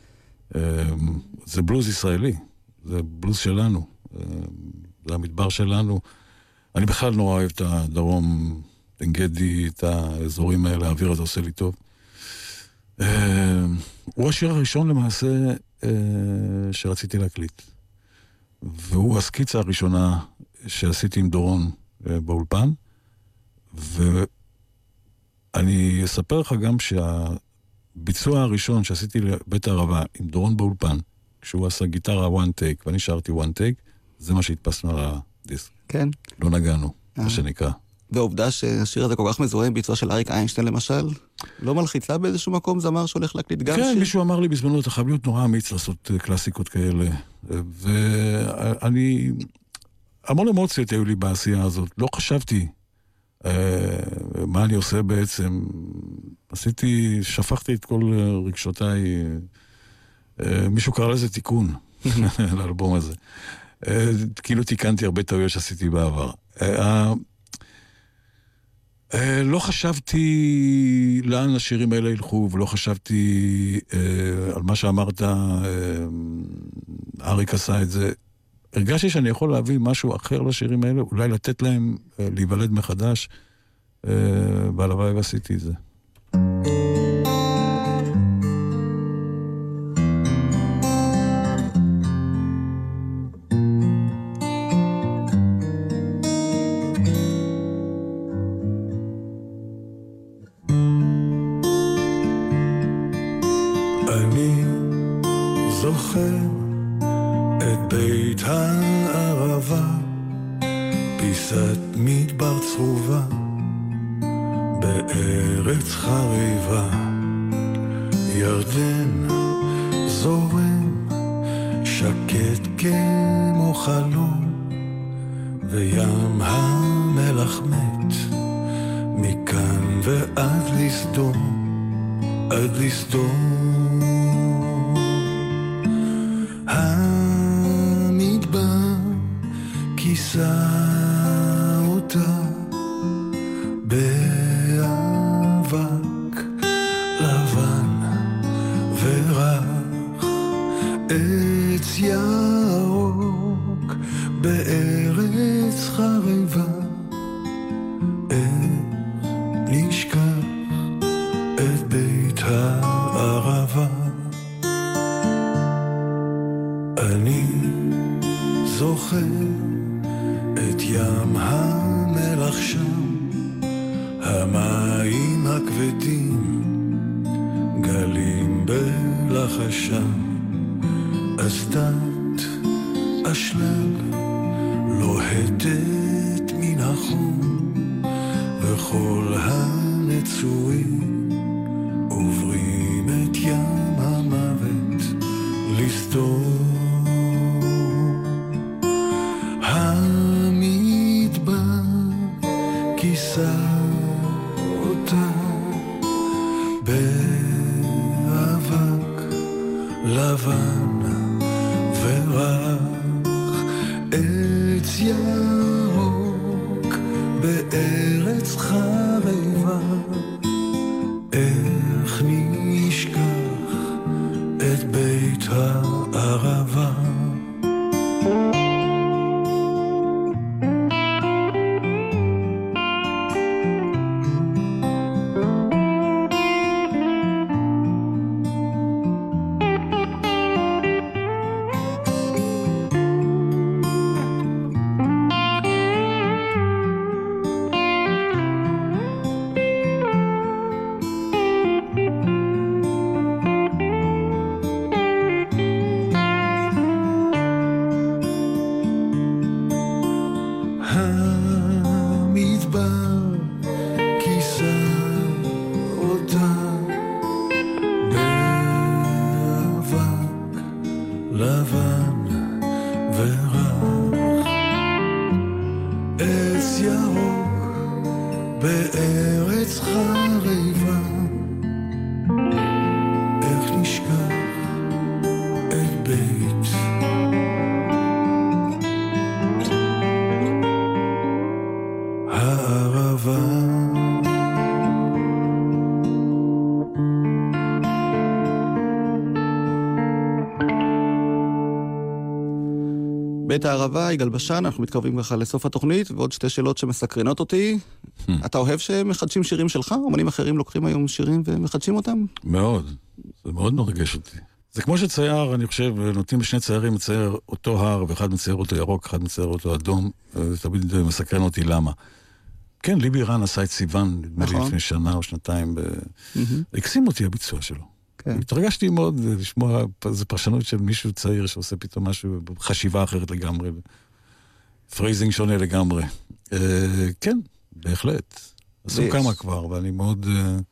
זה בלוז ישראלי, זה בלוז שלנו, זה המדבר שלנו. אני בכלל נורא אוהב את הדרום, עין גדי, את האזורים האלה, האוויר הזה עושה לי טוב. הוא השיר הראשון למעשה שרציתי להקליט. והוא הסקיצה הראשונה שעשיתי עם דורון באולפן. ואני אספר לך גם שהביצוע הראשון שעשיתי לבית הערבה עם דורון באולפן, כשהוא עשה גיטרה one take ואני שרתי one take, זה מה שהתפסנו על הדיסק. כן. לא נגענו, מה שנקרא. והעובדה שהשיר הזה כל כך מזוהה עם ביצוע של אריק איינשטיין למשל, לא מלחיצה באיזשהו מקום זמר שהולך להקליט גם שיר? כן, מישהו אמר לי בזמנו, אתה חייב להיות נורא אמיץ לעשות קלאסיקות כאלה. ואני, המון אמוציות היו לי בעשייה הזאת. לא חשבתי מה אני עושה בעצם. שפכתי את כל רגשותיי. מישהו קרא לזה תיקון לאלבום הזה. כאילו תיקנתי הרבה טעויות שעשיתי בעבר. לא חשבתי לאן השירים האלה ילכו, ולא חשבתי על מה שאמרת, אריק עשה את זה. הרגשתי שאני יכול להביא משהו אחר לשירים האלה, אולי לתת להם להיוולד מחדש, והלוואי ועשיתי את זה. אני זוכר את בית הערבה, פיסת מדבר צרובה בארץ חריבה, ירדן זורם שקט כמו חלום, וים המלח מת מכאן ועד לסדום, עד לסדום. המדבר כיסה אותה באבק לבן ורח, עץ ירוק בארץ חריבה, איך נשכח את בית הערבה. אני זוכר את ים המלח שם, המים הכבדים גלים בלחשם, אסדת אשלג לוהטת מן החום, וכל הנצורים עוברים את ים המוות לסתום. המדבר כיסה אותה באבק לבן ורח, עץ ירוק בארץ חריבה, איך נשכח את בית הערבה. לבן ורח, עץ ירוק בארץ חריבה, איך נשכח את בית הערבה. בית הערבה, יגאל בשן, אנחנו מתקרבים ככה לסוף התוכנית, ועוד שתי שאלות שמסקרנות אותי. אתה אוהב שמחדשים שירים שלך? אומנים אחרים לוקחים היום שירים ומחדשים אותם? מאוד, זה מאוד מרגש אותי. זה כמו שצייר, אני חושב, נותנים לשני ציירים לצייר אותו הר, ואחד מצייר אותו ירוק, אחד מצייר אותו אדום, ותמיד מסקרן אותי למה. כן, ליבי רן עשה את סיוון, נדמה לי לפני שנה או שנתיים, הקסים אותי הביצוע שלו. התרגשתי מאוד לשמוע, זו פרשנות של מישהו צעיר שעושה פתאום משהו, חשיבה אחרת לגמרי, פרייזינג שונה לגמרי. כן, בהחלט. עשו כמה כבר, ואני מאוד...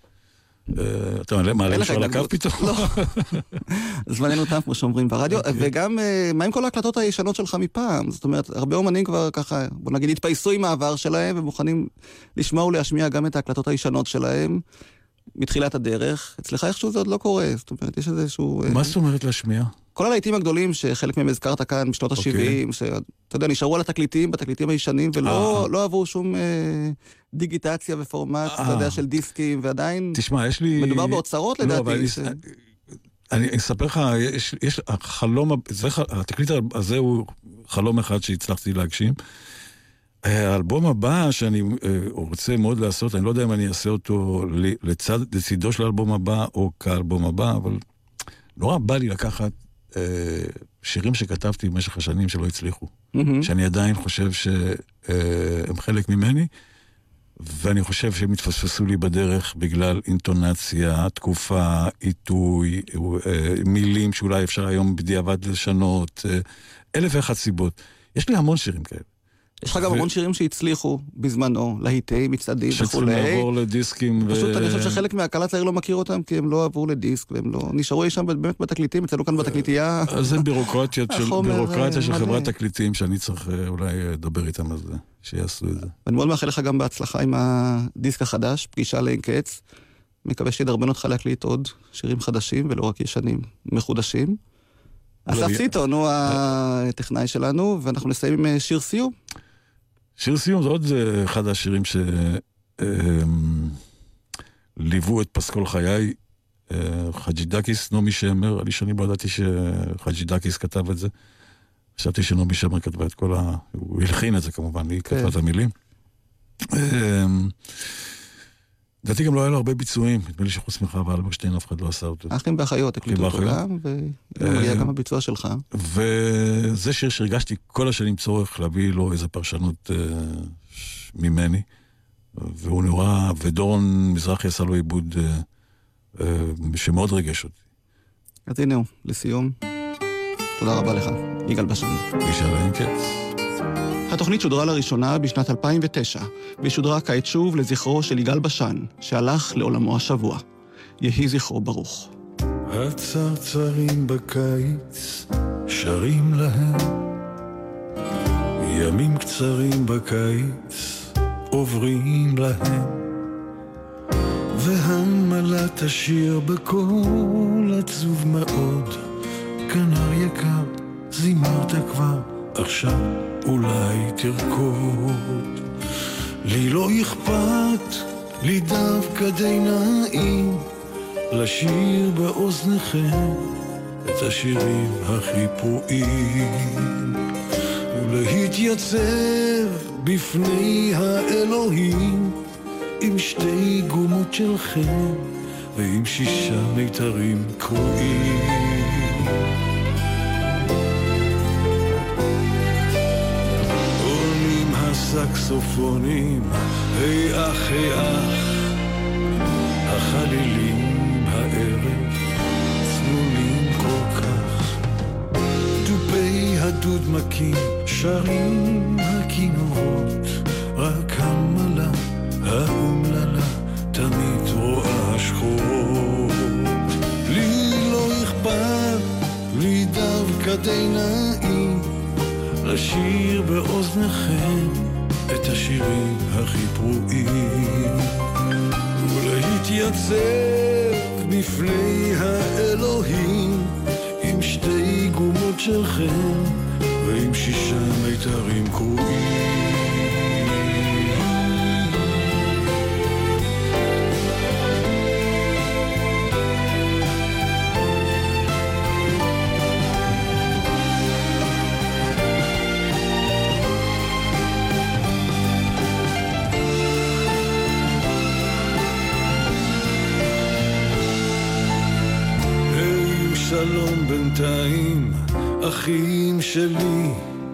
אתה מעלה לשאול על הקו פתאום? לא. זמננו תם, כמו שאומרים ברדיו, וגם, מה עם כל ההקלטות הישנות שלך מפעם? זאת אומרת, הרבה אומנים כבר ככה, בוא נגיד, התפייסו עם העבר שלהם, ומוכנים לשמוע ולהשמיע גם את ההקלטות הישנות שלהם, מתחילת הדרך. אצלך איכשהו זה עוד לא קורה, זאת אומרת, יש איזשהו... מה זאת אומרת להשמיע? כל הלהיטים הגדולים שחלק מהם הזכרת כאן בשנות ה-70, שאתה יודע, נשארו על התקליטים, בתקליטים הישנים, ולא עברו שום דיגיטציה ופורמט, אתה יודע, של דיסקים, ועדיין... תשמע, יש לי... מדובר באוצרות לדעתי. אני אספר לך, יש החלום, התקליט הזה הוא חלום אחד שהצלחתי להגשים. האלבום הבא שאני רוצה מאוד לעשות, אני לא יודע אם אני אעשה אותו לצידו של האלבום הבא או כאלבום הבא, אבל נורא בא לי לקחת שירים שכתבתי במשך השנים שלא הצליחו, שאני עדיין חושב שהם חלק ממני, ואני חושב שהם התפספסו לי בדרך בגלל אינטונציה, תקופה, עיתוי, מילים שאולי אפשר היום בדיעבד לשנות, 1,001 סיבות. יש לי המון שירים כאלה. יש לך גם המון שירים שהצליחו בזמנו, להיטי, מצעדים וכו'. שצריכים לעבור לדיסקים. פשוט אני חושב שחלק מהקהל הצעיר לא מכיר אותם, כי הם לא עברו לדיסק, והם לא נשארו שם באמת בתקליטים, אצלנו כאן בתקליטייה. אז זה בירוקרטיה של חברת תקליטים, שאני צריך אולי לדבר איתם על זה, שיעשו את זה. ואני מאוד מאחל לך גם בהצלחה עם הדיסק החדש, פגישה לאין קץ. מקווה שידרבן אותך להקליט עוד שירים חדשים, ולא רק ישנים, מחודשים. אסף ציטון הוא הטכנאי שלנו, ואנחנו נסיים עם שיר סיום. שיר סיום זה עוד אחד השירים שליוו את פסקול חיי. חג'ידקיס, נעמי שמר, אני שנים לא ידעתי שחג'ידקיס כתב את זה. חשבתי שנעמי שמר כתבה את כל הוא הלחין את זה כמובן, היא כתבה את המילים. לדעתי גם לא היה לו הרבה ביצועים, נדמה לי שחוץ ממך ואלברשטיין אף אחד לא עשה אותו. אחים ואחיות, הקליטו כולם, ומגיע גם הביצוע שלך. וזה שיר שהרגשתי כל השנים צורך להביא לו איזו פרשנות ממני, והוא נורא, ודורון מזרחי עשה לו עיבוד שמאוד רגש אותי. אז הנה הוא, לסיום. תודה רבה לך, יגאל בשן. נשאר אין קץ. התוכנית שודרה לראשונה בשנת 2009, והיא שודרה כעת שוב לזכרו של יגאל בשן, שהלך לעולמו השבוע. יהי זכרו ברוך. הצרצרים בקיץ שרים להם, ימים קצרים בקיץ עוברים להם, והנמלה תשיר בקול עצוב מאוד, כנר יקר זימרת כבר, עכשיו אולי תרקוד. לי לא אכפת, לי דווקא די נעים לשיר באוזניכם את השירים הכי פרועים, ולהתייצב בפני האלוהים עם שתי גומות שלכם ועם 6 מיתרים קרועים. עולים הסקסופונים, היי אח, היי אח, החלילים הערב צלולים כל כך, דובי הדודמקים שרים הכינורות, רק המלה האומללה תמיד רואה שחורות. לי לא אכפת, לי דווקא כדי נעים לשיר באוזניכם את השירים הכי פרועים ולהתייצב בפני האלוהים עם שתי גומות שלכם ועם 6 מיתרים קרועים. שלום בינתיים, אחים שלי,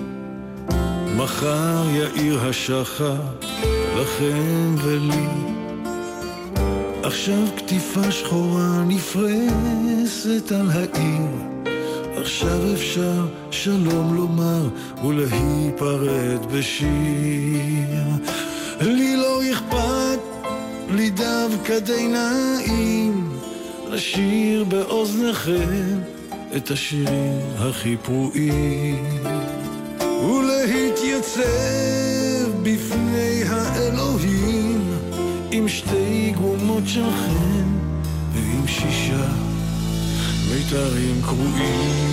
מחר יאיר השחר לכם ולי. עכשיו כתיפה שחורה נפרסת על העיר, עכשיו אפשר שלום לומר ולהיפרד בשיר. לי לא אכפת, לי דווקא די נעים לשיר באוזניכם את השירים הכי פרועים ולהתייצב בפני האלוהים עם 2 גומות שלכם ועם 6 מיתרים קרועים.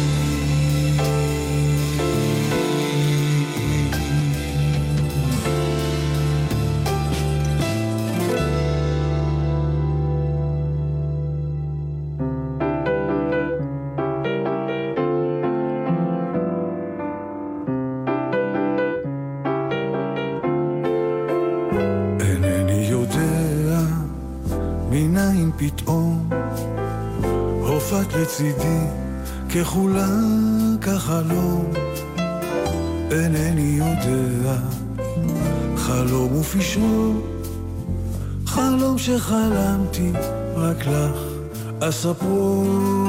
פתאום הופעת לצידי כחולה כחלום, אינני יודע, חלום ופשרו, חלום שחלמתי רק לך אספרו.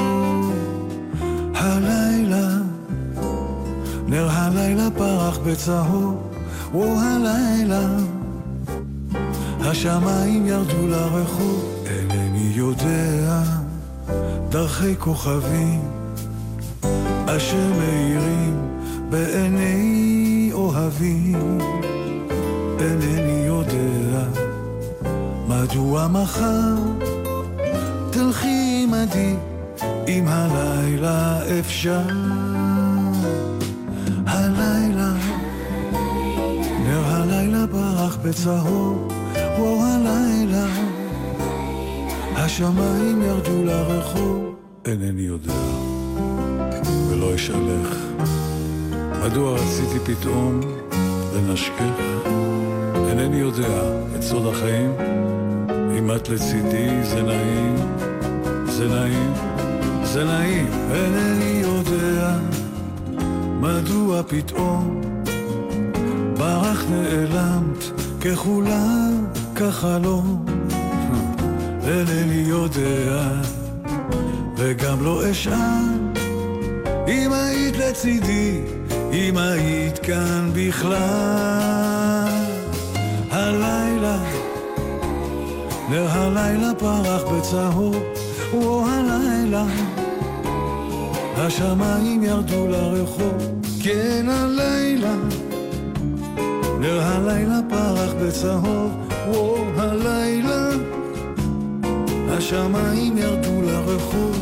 הלילה, נר הלילה פרח בצהוב, הלילה השמיים ירדו לרחוב, אינני יודע, דרכי כוכבים אשר מאירים בעיני אוהבים, אינני יודע מדוע מחר תלכי עמדי אם הלילה אפשר. הלילה, נר הלילה פרח בצהוב, הלילה השמיים ירדו לרחוב, אינני יודע ולא אשאלך מדוע רציתי פתאום לנשקך, אינני יודע את סוד החיים, אם את לצידי זה נעים, זה נעים, זה נעים, אינני יודע מדוע פתאום ברח נעלמת כחולה כחלום, אינני יודע וגם לא אשאל אם היית לצידי, אם היית כאן בכלל. הלילה, נר הלילה פרח בצהוב, הלילה השמיים ירדו לרחוב, כן הלילה, נר הלילה פרח בצהוב, הלילה השמיים ירדו לרחוב.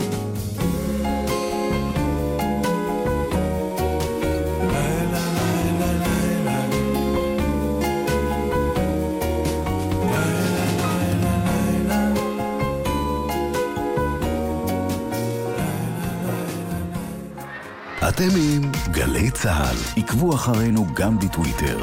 אתם עם גלי צהל, עקבו אחרינו גם בטוויטר.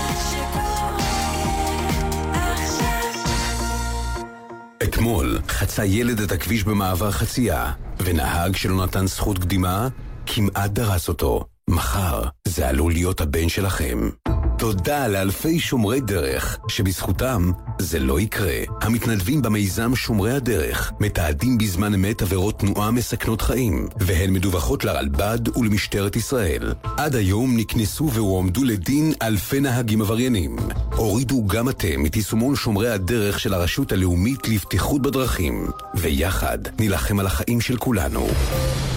אתמול חצה ילד את הכביש במעבר חצייה, ונהג שלא נתן זכות קדימה כמעט דרס אותו. מחר זה עלול להיות הבן שלכם. תודה לאלפי שומרי דרך, שבזכותם זה לא יקרה. המתנדבים במיזם שומרי הדרך מתעדים בזמן אמת עבירות תנועה מסכנות חיים, והן מדווחות לרלב"ד ולמשטרת ישראל. עד היום נקנסו והועמדו לדין אלפי נהגים עבריינים. הורידו גם אתם את יישומון שומרי הדרך של הרשות הלאומית לבטיחות בדרכים, ויחד נילחם על החיים של כולנו.